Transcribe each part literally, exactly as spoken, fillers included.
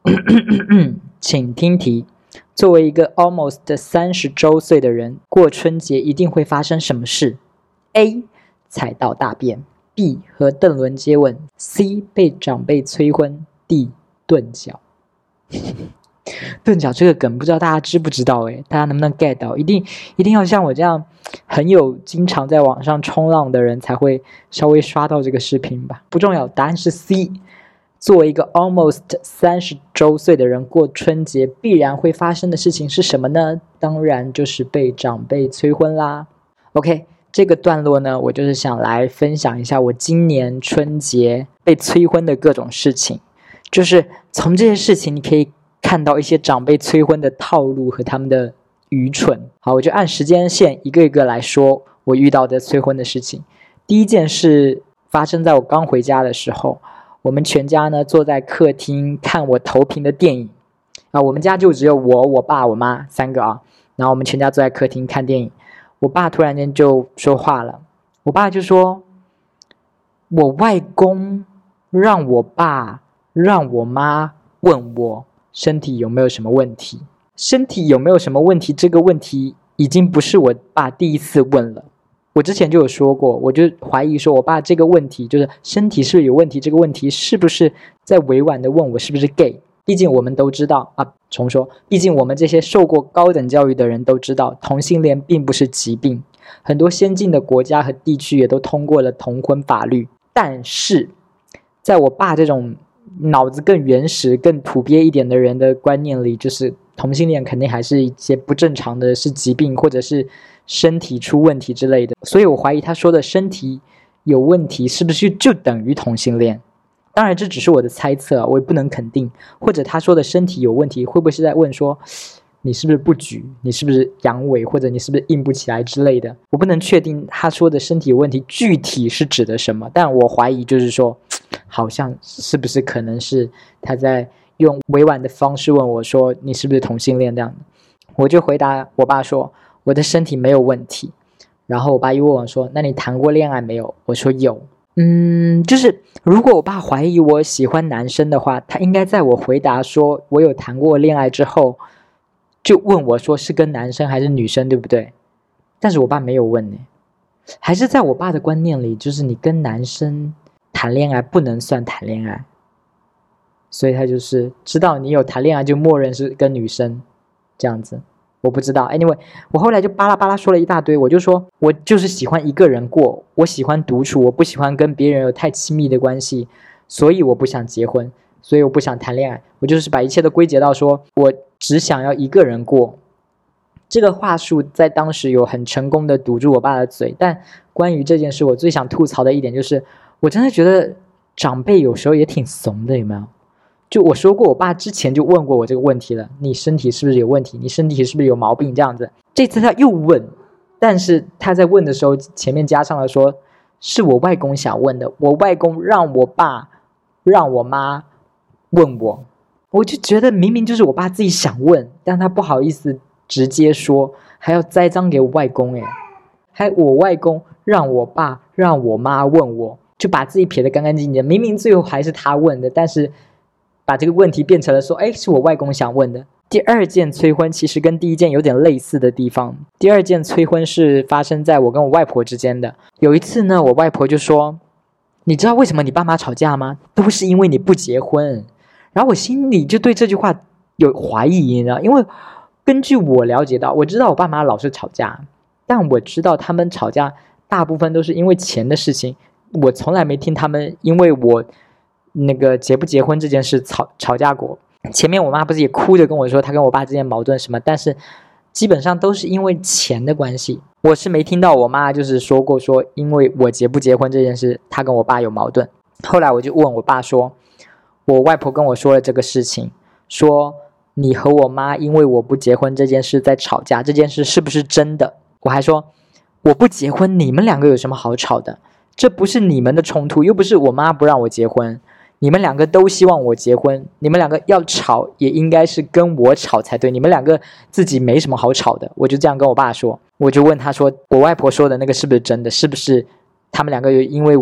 请听题。作为一个 almost 三十周岁的人，过春节一定会发生什么事？ A. 踩到大便， B. 和邓伦接吻， C. 被长辈催婚， D. 顿脚。顿脚这个梗不知道大家知不知道诶，大家能不能 get 到？一定一定要像我这样很有经常在网上冲浪的人才会稍微刷到这个视频吧。不重要，答案是 C。 作为一个 almost 三十周岁的人，过春节必然会发生的事情是什么呢？当然就是被长辈催婚啦。 OK， 这个段落呢，我就是想来分享一下我今年春节被催婚的各种事情，就是从这些事情你可以看到一些长辈催婚的套路和他们的愚蠢。好，我就按时间线一个一个来说我遇到的催婚的事情。第一件事发生在我刚回家的时候，我们全家呢坐在客厅看我投屏的电影啊，我们家就只有我、我爸、我妈三个啊，然后我们全家坐在客厅看电影。我爸突然间就说话了，我爸就说，我外公让我爸让我妈问我身体有没有什么问题。身体有没有什么问题这个问题已经不是我爸第一次问了，我之前就有说过，我就怀疑说我爸这个问题就是身体是不是有问题这个问题是不是在委婉的问我是不是 gay。 毕竟我们都知道啊，重说，毕竟我们这些受过高等教育的人都知道同性恋并不是疾病，很多先进的国家和地区也都通过了同婚法律。但是在我爸这种脑子更原始更土鳖一点的人的观念里，就是同性恋肯定还是一些不正常的，是疾病或者是身体出问题之类的。所以我怀疑他说的身体有问题是不是就等于同性恋。当然这只是我的猜测，我也不能肯定。或者他说的身体有问题会不会是在问说你是不是不举，你是不是阳痿，或者你是不是硬不起来之类的。我不能确定他说的身体有问题具体是指的什么，但我怀疑就是说好像是不是可能是他在用委婉的方式问我说你是不是同性恋这样的。我就回答我爸说我的身体没有问题。然后我爸又问我说那你谈过恋爱没有，我说有。嗯，就是如果我爸怀疑我喜欢男生的话，他应该在我回答说我有谈过恋爱之后就问我说是跟男生还是女生，对不对？但是我爸没有问呢。还是在我爸的观念里，就是你跟男生谈恋爱不能算谈恋爱，所以他就是知道你有谈恋爱就默认是跟女生这样子。我不知道 anyway 我后来就巴拉巴拉说了一大堆，我就说我就是喜欢一个人过，我喜欢独处，我不喜欢跟别人有太亲密的关系，所以我不想结婚，所以我不想谈恋爱。我就是把一切都归结到说我只想要一个人过。这个话术在当时有很成功的堵住我爸的嘴。但关于这件事我最想吐槽的一点就是我真的觉得长辈有时候也挺怂的，有没有？就我说过我爸之前就问过我这个问题了，你身体是不是有问题，你身体是不是有毛病这样子。这次他又问，但是他在问的时候前面加上了说是我外公想问的，我外公让我爸让我妈问我。我就觉得明明就是我爸自己想问，但他不好意思直接说，还要栽赃给我外公诶，还我外公让我爸让我妈问我，就把自己撇得干干净净。明明最后还是他问的，但是把这个问题变成了说诶是我外公想问的。第二件催婚其实跟第一件有点类似的地方。第二件催婚是发生在我跟我外婆之间的。有一次呢，我外婆就说你知道为什么你爸妈吵架吗？都是因为你不结婚。然后我心里就对这句话有怀疑，你知道，因为根据我了解到，我知道我爸妈老是吵架，但我知道他们吵架大部分都是因为钱的事情，我从来没听他们因为我那个结不结婚这件事吵吵架过。前面我妈不是也哭着跟我说她跟我爸之间矛盾什么，但是基本上都是因为钱的关系。我是没听到我妈就是说过说因为我结不结婚这件事她跟我爸有矛盾。后来我就问我爸说我外婆跟我说了这个事情，说你和我妈因为我不结婚这件事在吵架，这件事是不是真的？我还说我不结婚你们两个有什么好吵的，这不是你们的冲突，又不是我妈不让我结婚，你们两个都希望我结婚，你们两个要吵也应该是跟我吵才对，你们两个自己没什么好吵的。我就这样跟我爸说。我就问他说我外婆说的那个是不是真的，是不是他们两个因为我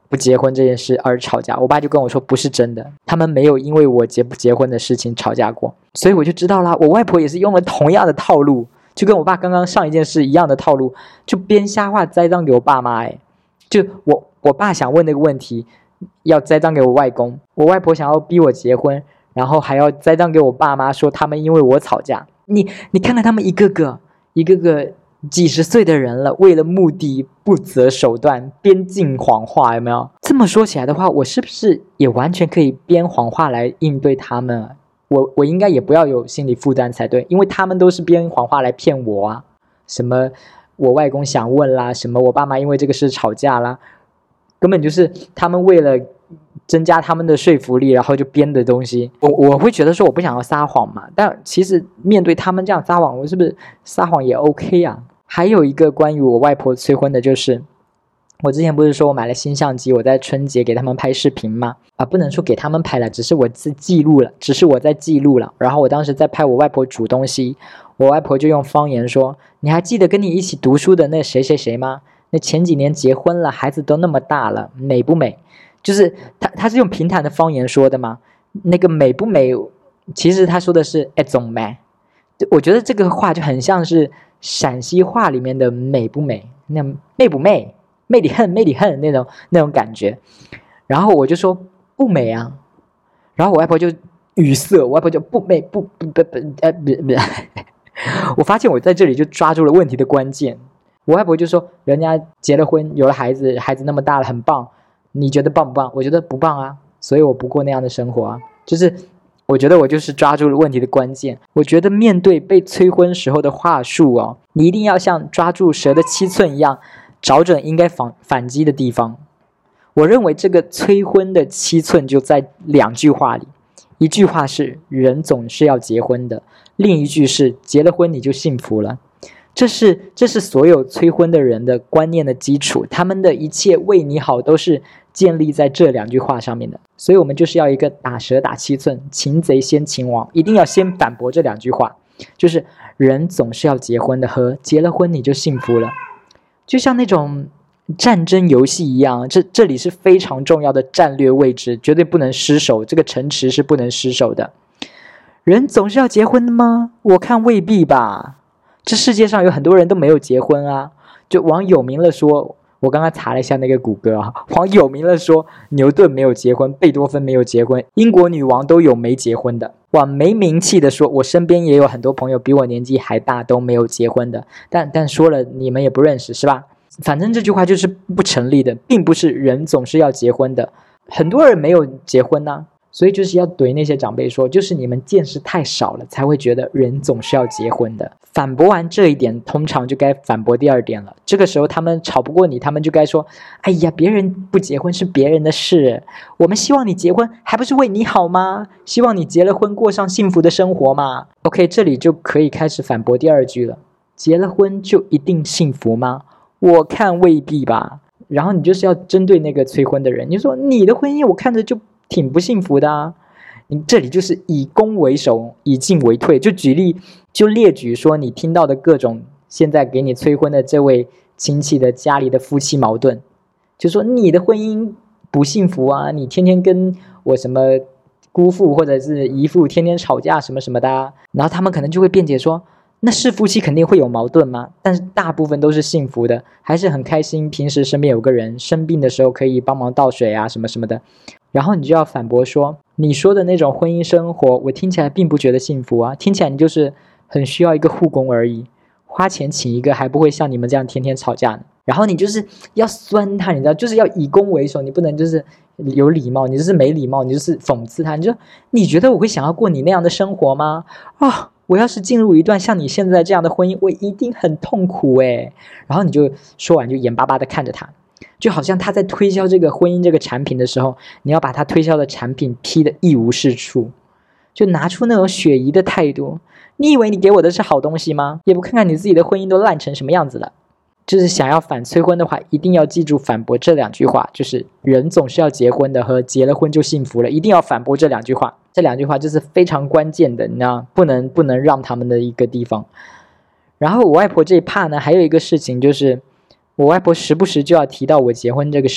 不结婚这件事而吵架。我爸就跟我说不是真的，他们没有因为我结不结婚的事情吵架过。所以我就知道啦，我外婆也是用了同样的套路，就跟我爸刚刚上一件事一样的套路，就编瞎话栽赃给我爸妈。哎，就我我爸想问那个问题要栽赃给我外公，我外婆想要逼我结婚，然后还要栽赃给我爸妈说他们因为我吵架。你你看看他们一个个一个个几十岁的人了，为了目的不择手段，编尽谎话，有没有？这么说起来的话，我是不是也完全可以编谎话来应对他们啊？我我应该也不要有心理负担才对，因为他们都是编谎话来骗我啊。什么我外公想问啦，什么我爸妈因为这个事吵架啦，根本就是他们为了增加他们的说服力，然后就编的东西。我我会觉得说我不想要撒谎嘛，但其实面对他们这样撒谎，我是不是撒谎也 OK 啊？还有一个关于我外婆催婚的，就是我之前不是说我买了新相机，我在春节给他们拍视频吗？啊，不能说给他们拍了，只是我自记录了，只是我在记录了。然后我当时在拍我外婆煮东西，我外婆就用方言说：“你还记得跟你一起读书的那谁谁谁吗？那前几年结婚了，孩子都那么大了，美不美？”就是他他是用平坦的方言说的嘛，那个美不美，其实他说的是哎总美。我觉得这个话就很像是陕西话里面的美不美，那媚不媚，媚里恨媚里恨那种那种感觉。然后我就说不美啊，然后我外婆就语塞，我外婆就不美不不不不呃不不，我发现我在这里就抓住了问题的关键。我外婆就说人家结了婚有了孩子，孩子那么大了很棒，你觉得棒不棒？我觉得不棒啊，所以我不过那样的生活啊。就是我觉得我就是抓住了问题的关键。我觉得面对被催婚时候的话术哦，你一定要像抓住蛇的七寸一样，找准应该反反击的地方。我认为这个催婚的七寸就在两句话里，一句话是人总是要结婚的，另一句是结了婚你就幸福了。这是这是所有催婚的人的观念的基础，他们的一切为你好都是建立在这两句话上面的。所以我们就是要一个打蛇打七寸，擒贼先擒王，一定要先反驳这两句话，就是人总是要结婚的和结了婚你就幸福了。就像那种战争游戏一样，这这里是非常重要的战略位置，绝对不能失守，这个城池是不能失守的。人总是要结婚的吗？我看未必吧。这世界上有很多人都没有结婚啊，就往有名了说，我刚刚查了一下那个谷歌啊，往有名了说，牛顿没有结婚，贝多芬没有结婚，英国女王都有没结婚的。往没名气的说，我身边也有很多朋友比我年纪还大都没有结婚的，但但说了你们也不认识是吧？反正这句话就是不成立的，并不是人总是要结婚的，很多人没有结婚啊。所以就是要怼那些长辈说，就是你们见识太少了，才会觉得人总是要结婚的。反驳完这一点，通常就该反驳第二点了。这个时候他们吵不过你，他们就该说，哎呀，别人不结婚是别人的事，我们希望你结婚还不是为你好吗？希望你结了婚过上幸福的生活嘛。 OK， 这里就可以开始反驳第二句了。结了婚就一定幸福吗？我看未必吧。然后你就是要针对那个催婚的人，你说你的婚姻我看着就挺不幸福的啊，你这里就是以攻为守，以进为退。就举例，就列举说你听到的各种现在给你催婚的这位亲戚的家里的夫妻矛盾，就说你的婚姻不幸福啊，你天天跟我什么姑父或者是姨父天天吵架什么什么的啊。然后他们可能就会辩解说，那是夫妻肯定会有矛盾吗？但是大部分都是幸福的，还是很开心，平时身边有个人，生病的时候可以帮忙倒水啊什么什么的。然后你就要反驳说，你说的那种婚姻生活我听起来并不觉得幸福啊，听起来你就是很需要一个护工而已，花钱请一个还不会像你们这样天天吵架呢。然后你就是要酸他，你知道，就是要以攻为守，你不能就是有礼貌，你就是没礼貌，你就是讽刺他。你就你觉得我会想要过你那样的生活吗？啊、哦，我要是进入一段像你现在这样的婚姻，我一定很痛苦诶。然后你就说完就眼巴巴的看着他，就好像他在推销这个婚姻这个产品的时候，你要把他推销的产品批得一无是处，就拿出那种雪姨的态度。你以为你给我的是好东西吗？也不看看你自己的婚姻都烂成什么样子了。就是想要反催婚的话，一定要记住反驳这两句话，就是人总是要结婚的和结了婚就幸福了，一定要反驳这两句话。这两句话就是非常关键的，你知道，不能不能让他们的一个地方。然后我外婆这一趴呢，还有一个事情就是我外婆时不时就要提到我结婚这个事嘛，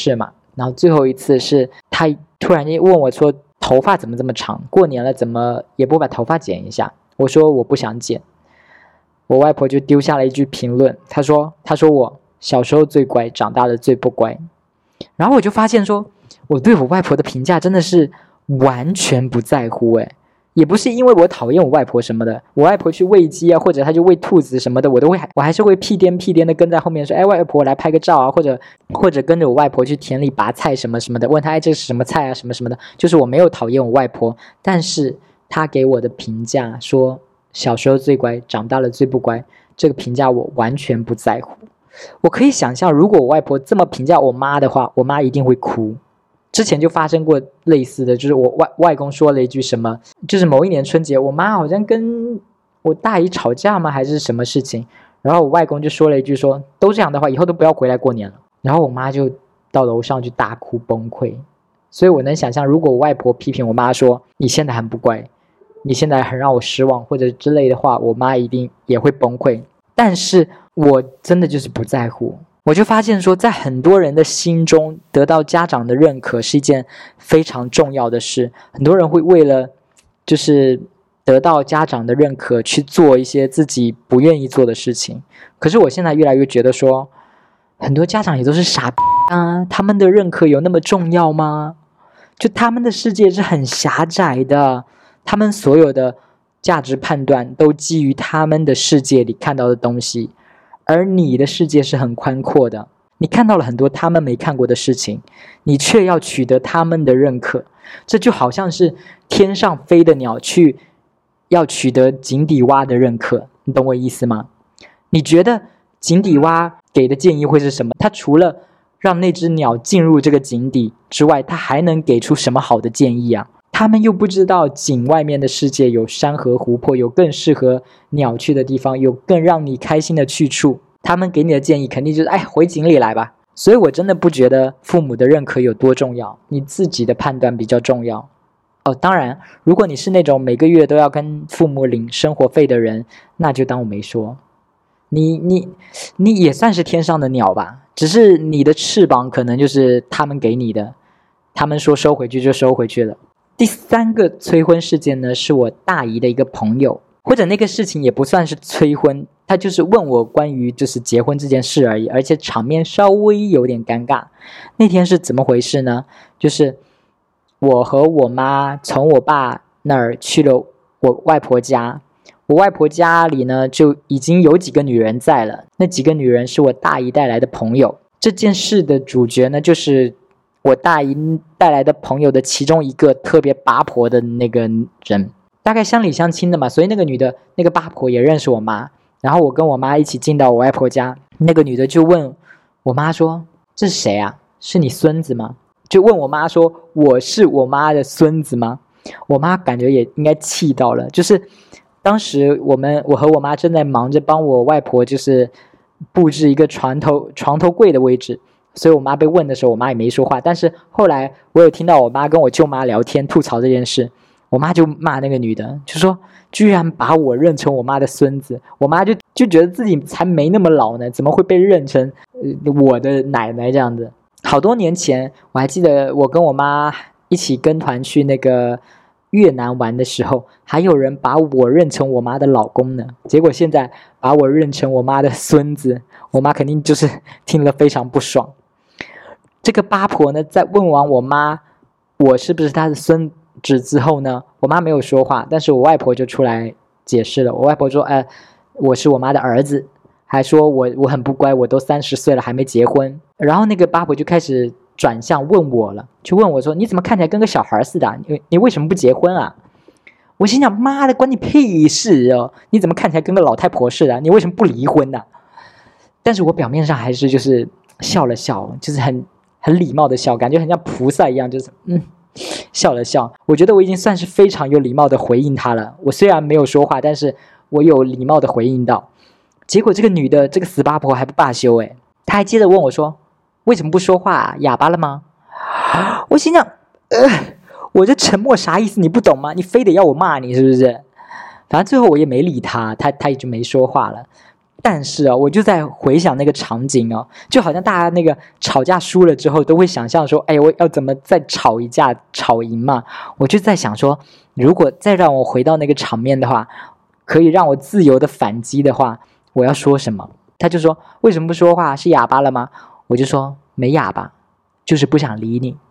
然后最后一次是他突然间问我说头发怎么这么长，过年了怎么也不把头发剪一下。我说我不想剪，我外婆就丢下了一句评论，她说她说我小时候最乖，长大了最不乖。然后我就发现说我对我外婆的评价真的是完全不在乎诶，也不是因为我讨厌我外婆什么的，我外婆去喂鸡啊，或者她就喂兔子什么的，我都会我还是会屁颠屁颠的跟在后面说，哎，外婆来拍个照啊，或者或者跟着我外婆去田里拔菜什么什么的，问她哎这是什么菜啊什么什么的。就是我没有讨厌我外婆，但是她给我的评价说小时候最乖，长大了最不乖，这个评价我完全不在乎。我可以想象，如果我外婆这么评价我妈的话，我妈一定会哭。之前就发生过类似的，就是我外外公说了一句什么，就是某一年春节，我妈好像跟我大姨吵架吗，还是什么事情，然后我外公就说了一句说，都这样的话，以后都不要回来过年了。然后我妈就到楼上去大哭崩溃。所以我能想象，如果我外婆批评我妈说你现在很不乖，你现在很让我失望或者之类的话，我妈一定也会崩溃。但是我真的就是不在乎。我就发现说，在很多人的心中，得到家长的认可是一件非常重要的事。很多人会为了就是得到家长的认可去做一些自己不愿意做的事情。可是我现在越来越觉得说，很多家长也都是傻逼啊，他们的认可有那么重要吗？就他们的世界是很狭窄的，他们所有的价值判断都基于他们的世界里看到的东西。而你的世界是很宽阔的，你看到了很多他们没看过的事情，你却要取得他们的认可。这就好像是天上飞的鸟去要取得井底蛙的认可，你懂我意思吗？你觉得井底蛙给的建议会是什么？他除了让那只鸟进入这个井底之外，他还能给出什么好的建议啊？他们又不知道井外面的世界有山河湖泊，有更适合鸟去的地方，有更让你开心的去处。他们给你的建议肯定就是哎，回井里来吧。所以我真的不觉得父母的认可有多重要，你自己的判断比较重要。哦，当然如果你是那种每个月都要跟父母领生活费的人，那就当我没说。你你你也算是天上的鸟吧，只是你的翅膀可能就是他们给你的，他们说收回去就收回去了。第三个催婚事件呢，是我大姨的一个朋友，或者那个事情也不算是催婚，他就是问我关于就是结婚这件事而已，而且场面稍微有点尴尬。那天是怎么回事呢？就是我和我妈从我爸那儿去了我外婆家，我外婆家里呢就已经有几个女人在了，那几个女人是我大姨带来的朋友。这件事的主角呢，就是我大姨带来的朋友的其中一个特别八婆的那个人，大概乡里乡亲的嘛，所以那个女的那个八婆也认识我妈。然后我跟我妈一起进到我外婆家，那个女的就问我妈说，这是谁啊？是你孙子吗？就问我妈说，我是我妈的孙子吗？我妈感觉也应该气到了，就是当时我们我和我妈正在忙着帮我外婆就是布置一个床头床头柜的位置，所以我妈被问的时候，我妈也没说话。但是后来我有听到我妈跟我舅妈聊天吐槽这件事，我妈就骂那个女的，就说居然把我认成我妈的孙子。我妈就就觉得自己才没那么老呢，怎么会被认成、呃、我的奶奶这样子。好多年前我还记得我跟我妈一起跟团去那个越南玩的时候，还有人把我认成我妈的老公呢。结果现在把我认成我妈的孙子，我妈肯定就是听了非常不爽。这个八婆呢，在问完我妈我是不是她的孙子之后呢，我妈没有说话，但是我外婆就出来解释了。我外婆说哎，我是我妈的儿子，还说我我很不乖，我都三十岁了还没结婚。然后那个八婆就开始转向问我了，就问我说，你怎么看起来跟个小孩似的、啊、你, 你为什么不结婚啊？我心想，妈的，关你屁事哦！你怎么看起来跟个老太婆似的、啊、你为什么不离婚呢、啊？但是我表面上还是就是笑了笑，就是很很礼貌的笑，感觉很像菩萨一样，就是嗯笑了笑。我觉得我已经算是非常有礼貌的回应他了，我虽然没有说话，但是我有礼貌的回应到。结果这个女的这个死八婆还不罢休，诶她还接着问我说，为什么不说话、啊、哑巴了吗？我心想呃，我这沉默啥意思？你不懂吗？你非得要我骂你是不是？反正最后我也没理他，他他也就没说话了。 但是啊，我就在回想那个场景哦，就好像大家那个吵架输了之后都会想象说，哎，我要怎么再吵一架吵赢嘛？我就在想说，如果再让我回到那个场面的话，可以让我自由的反击的话，我要说什么？他就说为什么不说话？是哑巴了吗？我就说没哑巴，就是不想理你。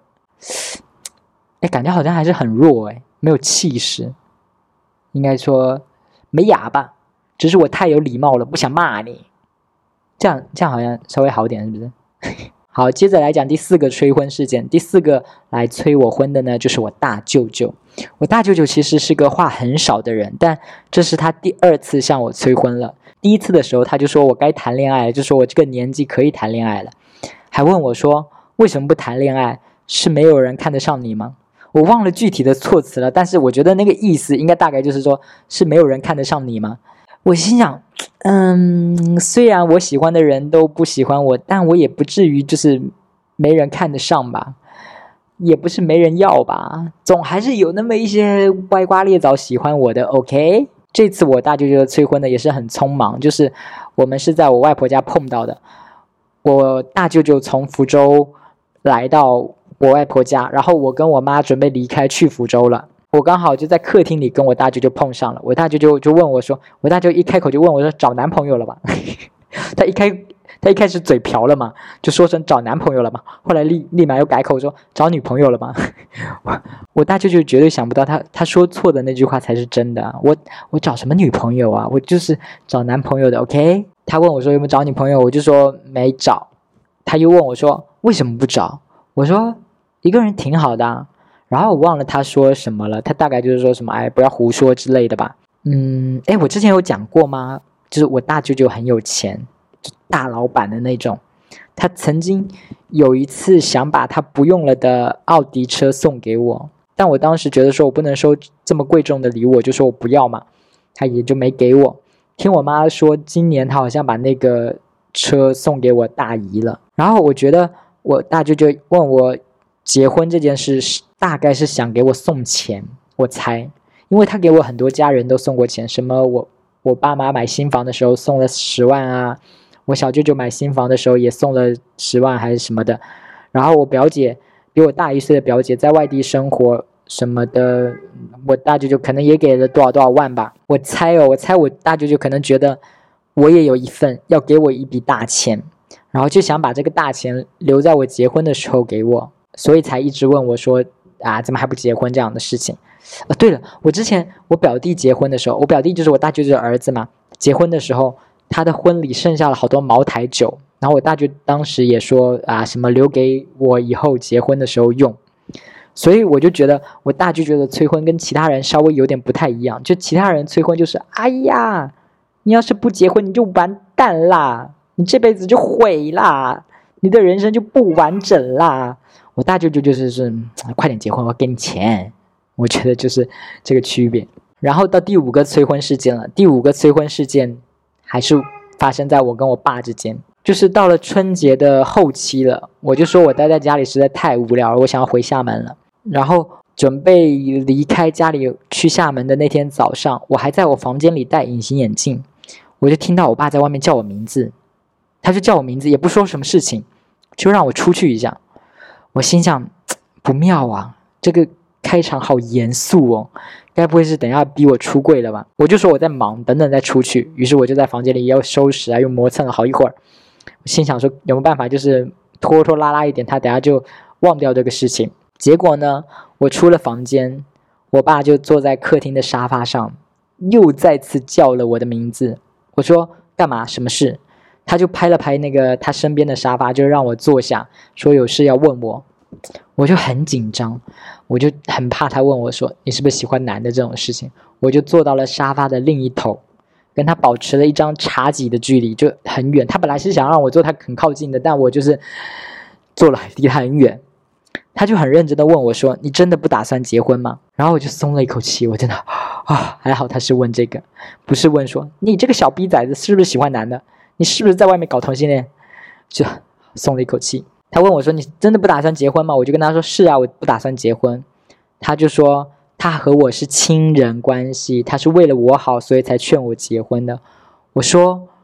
哎，感觉好像还是很弱哎，没有气势。应该说没哑巴。只是我太有礼貌了，不想骂你，这样这样好像稍微好点，是不是？好，接着来讲第四个催婚事件。第四个来催我婚的呢，就是我大舅舅。我大舅舅其实是个话很少的人，但这是他第二次向我催婚了。第一次的时候，他就说我该谈恋爱了，就说我这个年纪可以谈恋爱了，还问我说为什么不谈恋爱？是没有人看得上你吗？我忘了具体的措辞了，但是我觉得那个意思应该大概就是说，是没有人看得上你吗？我心想，嗯，虽然我喜欢的人都不喜欢我，但我也不至于就是没人看得上吧，也不是没人要吧，总还是有那么一些歪瓜裂枣喜欢我的。 OK， 这次我大舅舅催婚的也是很匆忙，就是我们是在我外婆家碰到的。我大舅舅从福州来到我外婆家，然后我跟我妈准备离开去福州了，我刚好就在客厅里跟我大舅舅碰上了。我大舅舅就问我说，我大舅一开口就问我说找男朋友了吧？他一开他一开始嘴瓢了嘛，就说成找男朋友了嘛，后来立立马又改口说找女朋友了嘛。我大舅舅绝对想不到他他说错的那句话才是真的啊。我我找什么女朋友啊？我就是找男朋友的。 OK， 他问我说有没有找女朋友，我就说没找。他又问我说为什么不找？我说一个人挺好的啊。然后我忘了他说什么了，他大概就是说什么哎不要胡说之类的吧。嗯，哎，我之前有讲过吗？就是我大舅舅很有钱，大老板的那种。他曾经有一次想把他不用了的奥迪车送给我，但我当时觉得说我不能收这么贵重的礼物，我就说我不要嘛，他也就没给我。听我妈说今年他好像把那个车送给我大姨了。然后我觉得我大舅舅问我结婚这件事大概是想给我送钱，我猜，因为他给我很多家人都送过钱，什么我我爸妈买新房的时候送了十万啊，我小舅舅买新房的时候也送了十万还是什么的，然后我表姐比我大一岁的表姐在外地生活什么的，我大舅舅可能也给了多少多少万吧。我猜哦，我猜我大舅舅可能觉得我也有一份，要给我一笔大钱，然后就想把这个大钱留在我结婚的时候给我，所以才一直问我说啊怎么还不结婚这样的事情。啊，对了，我之前我表弟结婚的时候，我表弟就是我大舅舅的儿子嘛，结婚的时候他的婚礼剩下了好多茅台酒，然后我大舅当时也说啊什么留给我以后结婚的时候用。所以我就觉得我大舅舅的催婚跟其他人稍微有点不太一样，就其他人催婚就是哎呀你要是不结婚你就完蛋啦，你这辈子就毁啦，你的人生就不完整啦。我大舅舅就是是快点结婚，我给你钱，我觉得就是这个区别。然后到第五个催婚事件了，第五个催婚事件还是发生在我跟我爸之间，就是到了春节的后期了，我就说我待在家里实在太无聊了，我想要回厦门了。然后准备离开家里去厦门的那天早上，我还在我房间里戴隐形眼镜，我就听到我爸在外面叫我名字，他就叫我名字也不说什么事情，就让我出去一下。我心想不妙啊，这个开场好严肃哦，该不会是等一下逼我出柜了吧？我就说我在忙，等等再出去。于是我就在房间里又收拾啊，又磨蹭了好一会儿。我心想说有没有办法就是拖拖拉拉一点，他等下就忘掉这个事情。结果呢，我出了房间，我爸就坐在客厅的沙发上，又再次叫了我的名字。我说干嘛？什么事？他就拍了拍那个他身边的沙发，就让我坐下，说有事要问我。我就很紧张，我就很怕他问我说你是不是喜欢男的这种事情。我就坐到了沙发的另一头，跟他保持了一张茶几的距离，就很远。他本来是想让我坐他很靠近的，但我就是坐了离他很远。他就很认真的问我说你真的不打算结婚吗？然后我就松了一口气，我真的啊，还好他是问这个，不是问说你这个小逼崽子是不是喜欢男的，你是不是在外面搞同性恋，就松了一口气。他问我说你真的不打算结婚吗？我就跟他说是啊，我不打算结婚。他就说他和我是亲人关系，他是为了我好所以才劝我结婚的。我说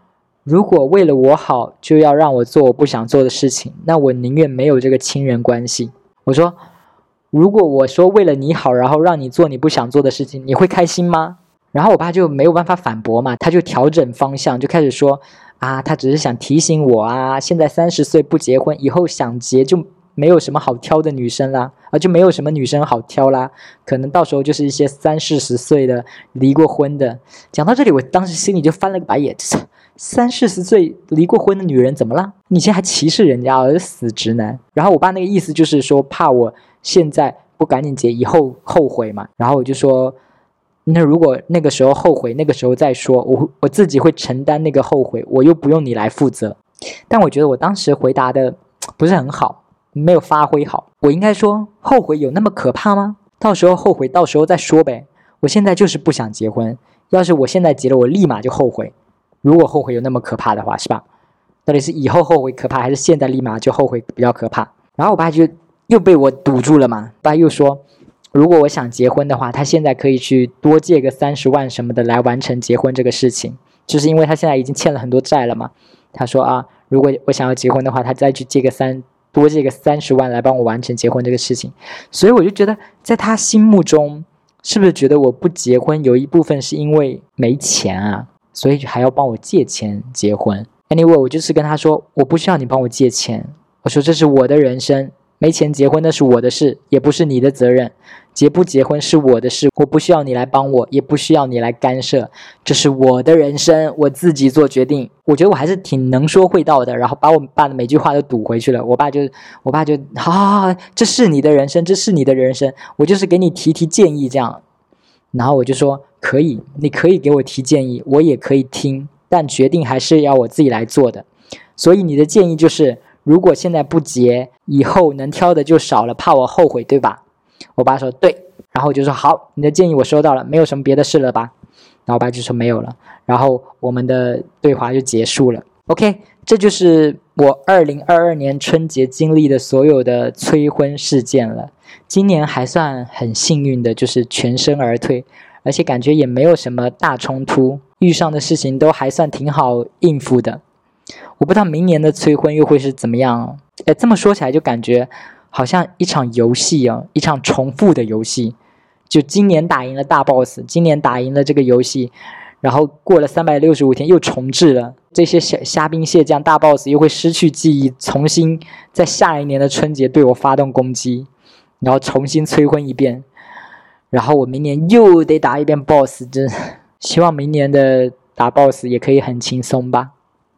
如果为了我好就要让我做我不想做的事情，那我宁愿没有这个亲人关系。我说如果我说为了你好然后让你做你不想做的事情，你会开心吗？然后我爸就没有办法反驳嘛，他就调整方向，就开始说啊，他只是想提醒我啊，现在三十岁不结婚，以后想结就没有什么好挑的女生啦，啊，就没有什么女生好挑啦，可能到时候就是一些三四十岁的离过婚的。讲到这里，我当时心里就翻了个白眼，三四十岁离过婚的女人怎么了？你现在还歧视人家，我是死直男。然后我爸那个意思就是说，怕我现在不赶紧结，以后后悔嘛。然后我就说，那如果那个时候后悔，那个时候再说，我我自己会承担那个后悔，我又不用你来负责。但我觉得我当时回答的不是很好，没有发挥好。我应该说，后悔有那么可怕吗？到时候后悔，到时候再说呗。我现在就是不想结婚，要是我现在结了，我立马就后悔。如果后悔有那么可怕的话，是吧？到底是以后后悔可怕，还是现在立马就后悔比较可怕？然后我爸就又被我堵住了嘛，爸又说，如果我想结婚的话，他现在可以去多借个三十万什么的来完成结婚这个事情，就是因为他现在已经欠了很多债了嘛。他说啊，如果我想要结婚的话，他再去借个三多借个三十万来帮我完成结婚这个事情。所以我就觉得，在他心目中，是不是觉得我不结婚有一部分是因为没钱啊？所以还要帮我借钱结婚。 Anyway， 我就是跟他说，我不需要你帮我借钱，我说这是我的人生，没钱结婚那是我的事，也不是你的责任，结不结婚是我的事，我不需要你来帮我，也不需要你来干涉，这是我的人生，我自己做决定。我觉得我还是挺能说会道的，然后把我爸的每句话都堵回去了。我爸就我爸就好好好，这是你的人生，这是你的人生，我就是给你提提建议这样。然后我就说可以，你可以给我提建议，我也可以听，但决定还是要我自己来做的。所以你的建议就是如果现在不结，以后能挑的就少了，怕我后悔对吧？我爸说对，然后我就说好，你的建议我收到了，没有什么别的事了吧？然后我爸就说没有了，然后我们的对话就结束了。 OK， 这就是我二零二二年春节经历的所有的催婚事件了。今年还算很幸运的，就是全身而退，而且感觉也没有什么大冲突，遇上的事情都还算挺好应付的。我不知道明年的催婚又会是怎么样。诶，这么说起来就感觉好像一场游戏哦，一场重复的游戏。就今年打赢了大 boss， 今年打赢了这个游戏，然后过了三百六十五天又重置了，这些虾兵蟹将大 boss 又会失去记忆，重新在下一年的春节对我发动攻击，然后重新催婚一遍，然后我明年又得打一遍 boss， 真希望明年的打 boss 也可以很轻松吧。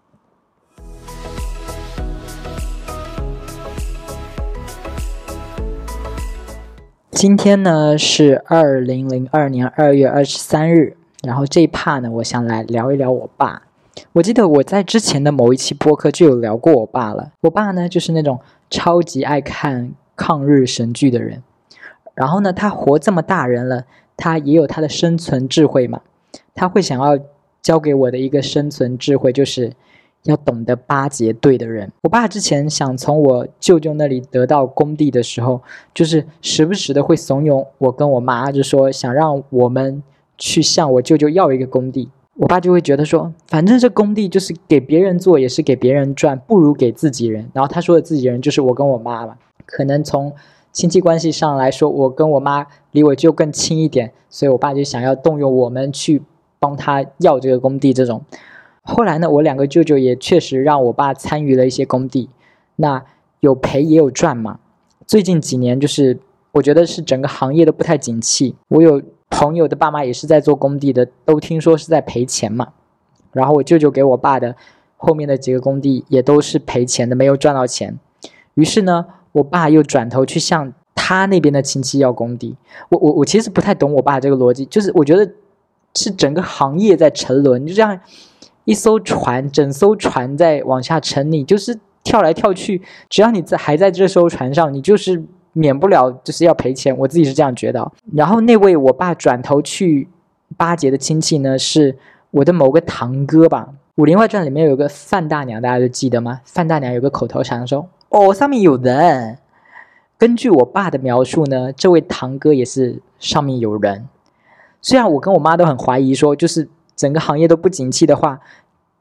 今天呢是二零零二年二月二十三日，然后这一 part 呢，我想来聊一聊我爸。我记得我在之前的某一期播客就有聊过我爸了。我爸呢就是那种超级爱看抗日神剧的人，然后呢他活这么大人了，他也有他的生存智慧嘛。他会想要教给我的一个生存智慧就是要懂得巴结对的人。我爸之前想从我舅舅那里得到工地的时候，就是时不时的会怂恿我跟我妈，就说想让我们去向我舅舅要一个工地。我爸就会觉得说，反正这工地就是给别人做也是给别人赚，不如给自己人。然后他说的自己人就是我跟我妈嘛，可能从亲戚关系上来说，我跟我妈离我舅更亲一点，所以我爸就想要动用我们去帮他要这个工地这种。后来呢，我两个舅舅也确实让我爸参与了一些工地，那有赔也有赚嘛。最近几年就是我觉得是整个行业都不太景气，我有朋友的爸妈也是在做工地的，都听说是在赔钱嘛。然后我舅舅给我爸的后面的几个工地也都是赔钱的，没有赚到钱。于是呢，我爸又转头去向他那边的亲戚要工地。我我我其实不太懂我爸这个逻辑，就是我觉得是整个行业在沉沦，就这样一艘船，整艘船在往下沉，你就是跳来跳去，只要你在还在这艘船上，你就是免不了就是要赔钱，我自己是这样觉得。然后那位我爸转头去巴结的亲戚呢，是我的某个堂哥吧。武林外传里面有个范大娘，大家都记得吗？范大娘有个口头禅说，哦，上面有人。根据我爸的描述呢，这位堂哥也是上面有人。虽然我跟我妈都很怀疑说，就是整个行业都不景气的话，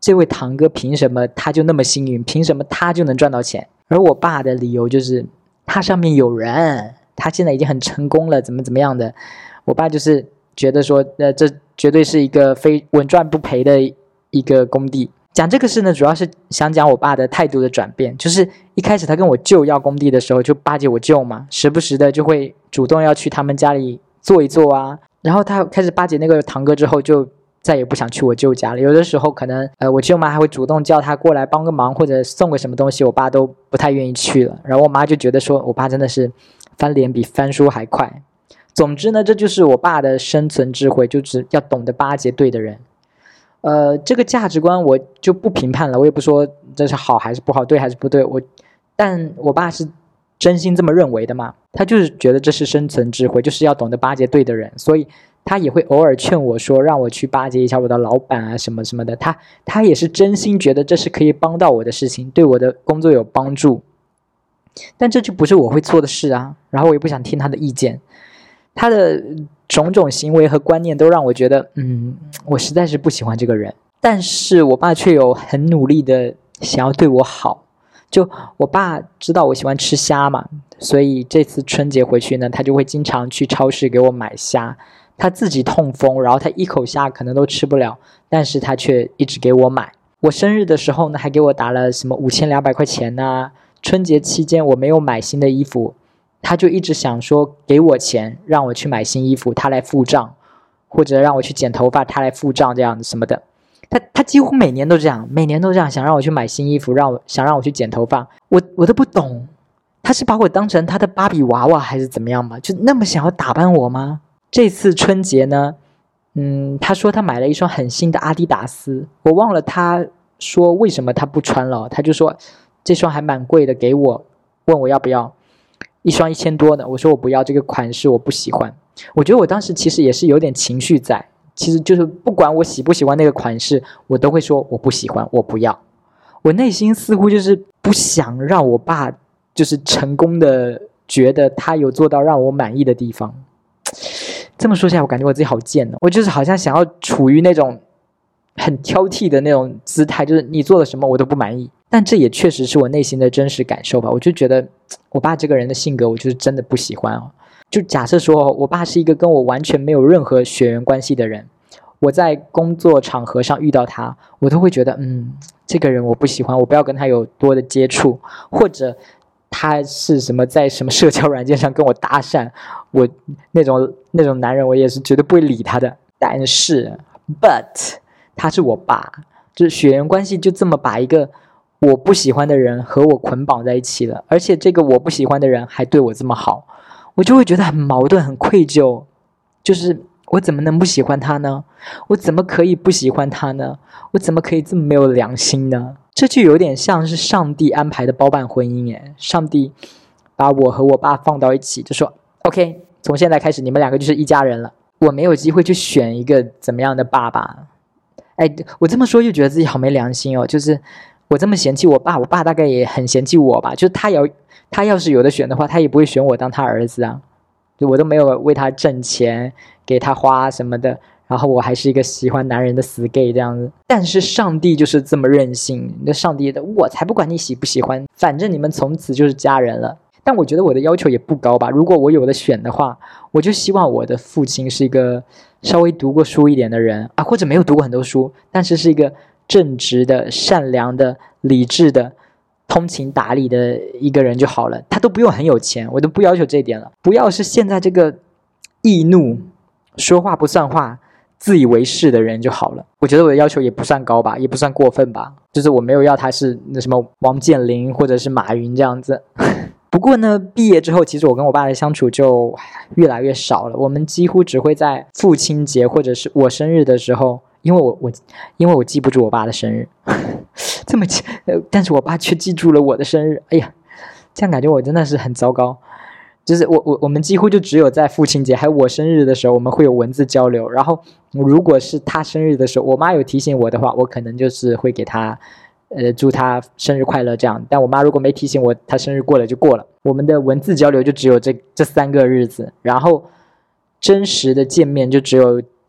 这位堂哥凭什么他就那么幸运，凭什么他就能赚到钱？而我爸的理由就是他上面有人，他现在已经很成功了，怎么怎么样的。我爸就是觉得说呃，这绝对是一个非稳赚不赔的一个工地。讲这个事呢，主要是想讲我爸的态度的转变，就是一开始他跟我舅要工地的时候就巴结我舅嘛，时不时的就会主动要去他们家里坐一坐啊，然后他开始巴结那个堂哥之后就再也不想去我舅家了。有的时候可能呃，我舅妈还会主动叫他过来帮个忙或者送个什么东西，我爸都不太愿意去了。然后我妈就觉得说我爸真的是翻脸比翻书还快。总之呢，这就是我爸的生存智慧，就是要懂得巴结对的人。呃，这个价值观我就不评判了，我也不说这是好还是不好，对还是不对，我但我爸是真心这么认为的嘛，他就是觉得这是生存智慧，就是要懂得巴结对的人，所以他也会偶尔劝我说让我去巴结一下我的老板啊什么什么的，他他也是真心觉得这是可以帮到我的事情，对我的工作有帮助，但这就不是我会做的事啊，然后我也不想听他的意见，他的种种行为和观念都让我觉得嗯，我实在是不喜欢这个人。但是我爸却有很努力的想要对我好，就我爸知道我喜欢吃虾嘛，所以这次春节回去呢，他就会经常去超市给我买虾，他自己痛风，然后他一口虾可能都吃不了，但是他却一直给我买。我生日的时候呢，还给我打了什么五千两百块钱啊，春节期间我没有买新的衣服，他就一直想说给我钱让我去买新衣服，他来付账，或者让我去剪头发，他来付账这样什么的。他他几乎每年都这样，每年都这样想让我去买新衣服，让我想让我去剪头发，我我都不懂，他是把我当成他的芭比娃娃还是怎么样嘛？就那么想要打扮我吗？这次春节呢，嗯，他说他买了一双很新的阿迪达斯，我忘了他说为什么他不穿了，他就说这双还蛮贵的，给我，问我要不要，一双一千多的，我说我不要，这个款式我不喜欢。我觉得我当时其实也是有点情绪在。其实就是不管我喜不喜欢那个款式，我都会说我不喜欢，我不要。我内心似乎就是不想让我爸就是成功的觉得他有做到让我满意的地方。这么说起来我感觉我自己好贱哦，我就是好像想要处于那种很挑剔的那种姿态，就是你做了什么我都不满意。但这也确实是我内心的真实感受吧。我就觉得我爸这个人的性格我就是真的不喜欢哦。就假设说我爸是一个跟我完全没有任何血缘关系的人，我在工作场合上遇到他，我都会觉得嗯，这个人我不喜欢，我不要跟他有多的接触，或者他是什么在什么社交软件上跟我搭讪，我那种那种男人我也是绝对不会理他的。但是 but 他是我爸，就是血缘关系就这么把一个我不喜欢的人和我捆绑在一起了，而且这个我不喜欢的人还对我这么好，我就会觉得很矛盾很愧疚，就是我怎么能不喜欢他呢？我怎么可以不喜欢他呢？我怎么可以这么没有良心呢？这就有点像是上帝安排的包办婚姻耶，上帝把我和我爸放到一起，就说 OK， 从现在开始你们两个就是一家人了。我没有机会去选一个怎么样的爸爸。哎，我这么说又觉得自己好没良心哦，就是我这么嫌弃我爸，我爸大概也很嫌弃我吧，就是他要他要是有的选的话，他也不会选我当他儿子啊，就我都没有为他挣钱给他花什么的，然后我还是一个喜欢男人的死 gay 这样子。但是上帝就是这么任性，那上帝的我才不管你喜不喜欢，反正你们从此就是家人了。但我觉得我的要求也不高吧，如果我有的选的话，我就希望我的父亲是一个稍微读过书一点的人啊，或者没有读过很多书，但是是一个正直的、善良的、理智的、通情达理的一个人就好了。他都不用很有钱，我都不要求这一点了。不要是现在这个易怒、说话不算话、自以为是的人就好了。我觉得我的要求也不算高吧，也不算过分吧，就是我没有要他是那什么王健林或者是马云这样子。不过呢，毕业之后其实我跟我爸的相处就越来越少了，我们几乎只会在父亲节或者是我生日的时候，因为我我因为我记不住我爸的生日这么记，但是我爸却记住了我的生日，哎呀，这样感觉我真的是很糟糕。就是我我我们几乎就只有在父亲节还有我生日的时候我们会有文字交流，然后如果是他生日的时候我妈有提醒我的话，我可能就是会给他呃祝他生日快乐这样，但我妈如果没提醒我，他生日过了就过了，我们的文字交流就只有这这三个日子，然后真实的见面就只有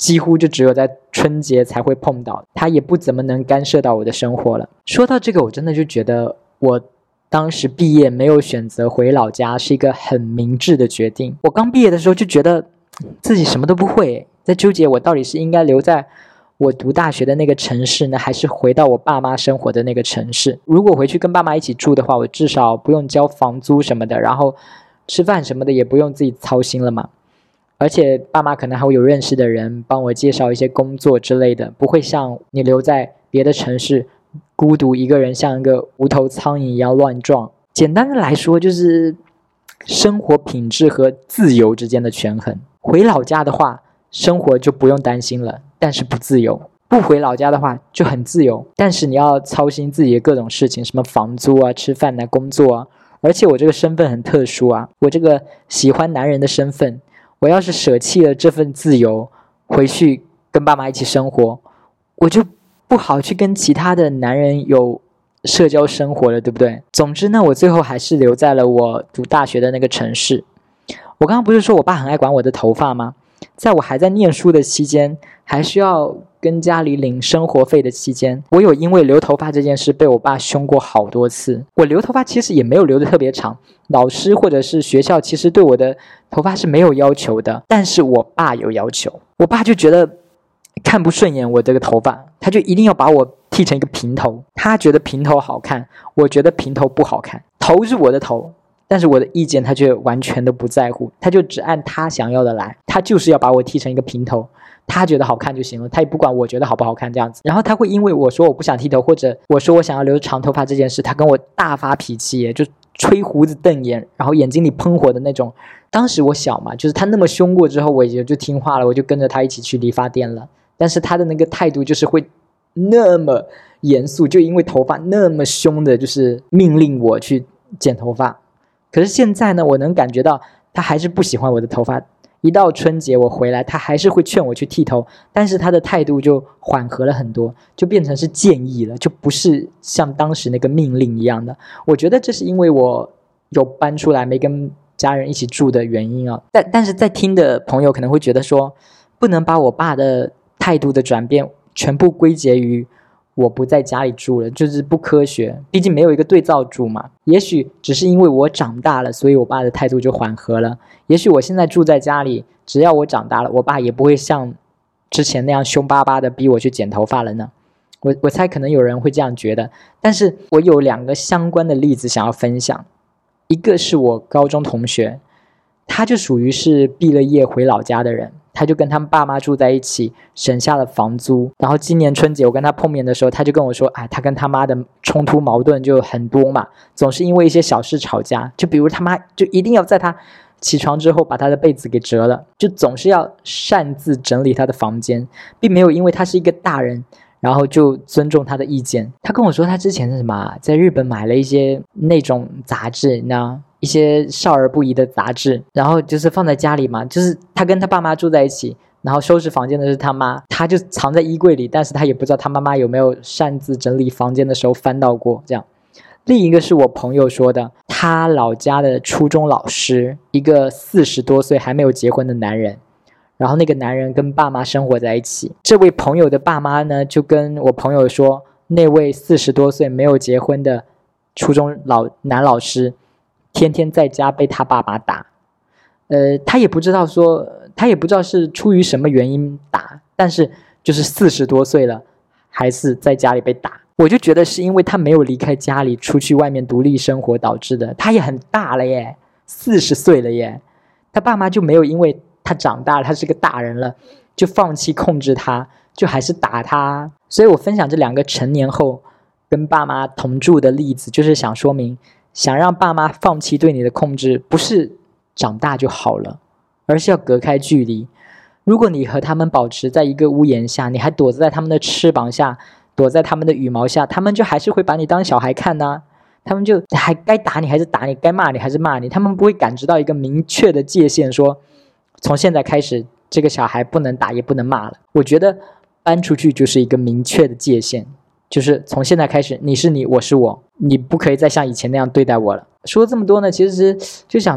几乎就只有在春节才会碰到，他也不怎么能干涉到我的生活了。说到这个，我真的就觉得我当时毕业没有选择回老家是一个很明智的决定。我刚毕业的时候就觉得自己什么都不会，在纠结我到底是应该留在我读大学的那个城市呢，还是回到我爸妈生活的那个城市。如果回去跟爸妈一起住的话，我至少不用交房租什么的，然后吃饭什么的也不用自己操心了嘛。而且爸妈可能还会有认识的人帮我介绍一些工作之类的，不会像你留在别的城市孤独一个人像一个无头苍蝇一样乱撞。简单的来说就是生活品质和自由之间的权衡。回老家的话生活就不用担心了，但是不自由；不回老家的话就很自由，但是你要操心自己的各种事情，什么房租啊、吃饭啊、工作啊。而且我这个身份很特殊啊，我这个喜欢男人的身份，我要是舍弃了这份自由，回去跟爸妈一起生活，我就不好去跟其他的男人有社交生活了，对不对？总之呢，我最后还是留在了我读大学的那个城市。我刚刚不是说我爸很爱管我的头发吗？在我还在念书的期间，还需要跟家里领生活费的期间，我有因为留头发这件事被我爸凶过好多次。我留头发其实也没有留得特别长，老师或者是学校其实对我的头发是没有要求的，但是我爸有要求。我爸就觉得看不顺眼我这个头发，他就一定要把我剃成一个平头。他觉得平头好看，我觉得平头不好看。头是我的头，但是我的意见他却完全都不在乎，他就只按他想要的来，他就是要把我剃成一个平头，他觉得好看就行了，他也不管我觉得好不好看这样子。然后他会因为我说我不想剃头，或者我说我想要留长头发这件事，他跟我大发脾气耶，就吹胡子瞪眼，然后眼睛里喷火的那种。当时我小嘛，就是他那么凶过之后，我也就听话了，我就跟着他一起去理发店了。但是他的那个态度就是会那么严肃，就因为头发那么凶的，就是命令我去剪头发。可是现在呢，我能感觉到他还是不喜欢我的头发。一到春节我回来，他还是会劝我去剃头，但是他的态度就缓和了很多，就变成是建议了，就不是像当时那个命令一样的。我觉得这是因为我有搬出来没跟家人一起住的原因啊。但但是在听的朋友可能会觉得说，不能把我爸的态度的转变全部归结于我不在家里住了，就是不科学，毕竟没有一个对照组嘛。也许只是因为我长大了，所以我爸的态度就缓和了。也许我现在住在家里，只要我长大了，我爸也不会像之前那样凶巴巴的逼我去剪头发了呢。我我猜可能有人会这样觉得，但是我有两个相关的例子想要分享。一个是我高中同学，他就属于是毕了业回老家的人，他就跟他们爸妈住在一起，省下了房租。然后今年春节我跟他碰面的时候，他就跟我说，哎，他跟他妈的冲突矛盾就很多嘛，总是因为一些小事吵架。就比如他妈就一定要在他起床之后把他的被子给折了，就总是要擅自整理他的房间，并没有因为他是一个大人然后就尊重他的意见。他跟我说他之前是什么，在日本买了一些那种杂志，你知道一些少儿不宜的杂志，然后就是放在家里嘛，就是他跟他爸妈住在一起，然后收拾房间的是他妈，他就藏在衣柜里，但是他也不知道他妈妈有没有擅自整理房间的时候翻到过这样。另一个是我朋友说的，他老家的初中老师，一个四十多岁还没有结婚的男人，然后那个男人跟爸妈生活在一起。这位朋友的爸妈呢，就跟我朋友说，那位四十多岁没有结婚的初中老男老师天天在家被他爸爸打。呃，他也不知道说，他也不知道是出于什么原因打，但是就是四十多岁了，还是在家里被打。我就觉得是因为他没有离开家里出去外面独立生活导致的。他也很大了耶，四十岁了耶，他爸妈就没有因为他长大了，他是个大人了，就放弃控制他，就还是打他。所以我分享这两个成年后跟爸妈同住的例子，就是想说明，想让爸妈放弃对你的控制，不是长大就好了，而是要隔开距离。如果你和他们保持在一个屋檐下，你还躲在他们的翅膀下，躲在他们的羽毛下，他们就还是会把你当小孩看啊，他们就还该打你还是打你，该骂你还是骂你，他们不会感知到一个明确的界限，说从现在开始这个小孩不能打也不能骂了。我觉得搬出去就是一个明确的界限，就是从现在开始你是你，我是我，你不可以再像以前那样对待我了。说这么多呢，其实就想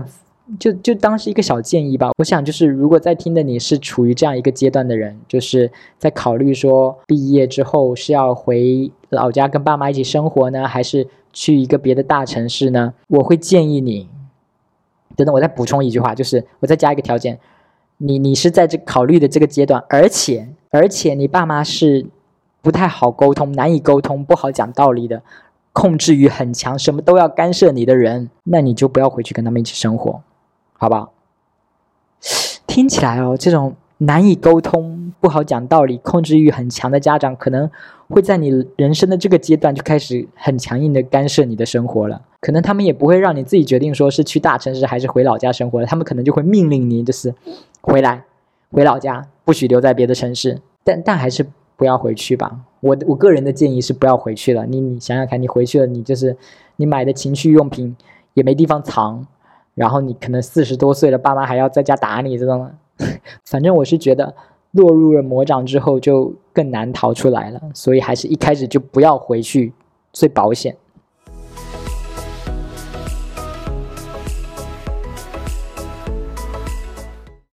就就当是一个小建议吧。我想就是如果在听的你是处于这样一个阶段的人，就是在考虑说毕业之后是要回老家跟爸妈一起生活呢，还是去一个别的大城市呢，我会建议你，等等我再补充一句话，就是我再加一个条件，你你是在这考虑的这个阶段，而且而且你爸妈是不太好沟通，难以沟通，不好讲道理的，控制欲很强，什么都要干涉你的人，那你就不要回去跟他们一起生活，好不好？听起来哦，这种难以沟通、不好讲道理、控制欲很强的家长，可能会在你人生的这个阶段就开始很强硬的干涉你的生活了。可能他们也不会让你自己决定说是去大城市还是回老家生活了，他们可能就会命令你就是回来，回老家，不许留在别的城市。但但还是不要回去吧。我我个人的建议是不要回去了。你你想想看，你回去了，你就是你买的情趣用品也没地方藏。然后你可能四十多岁了，爸妈还要在家打你，知道吗？反正我是觉得落入了魔掌之后就更难逃出来了，所以还是一开始就不要回去最保险。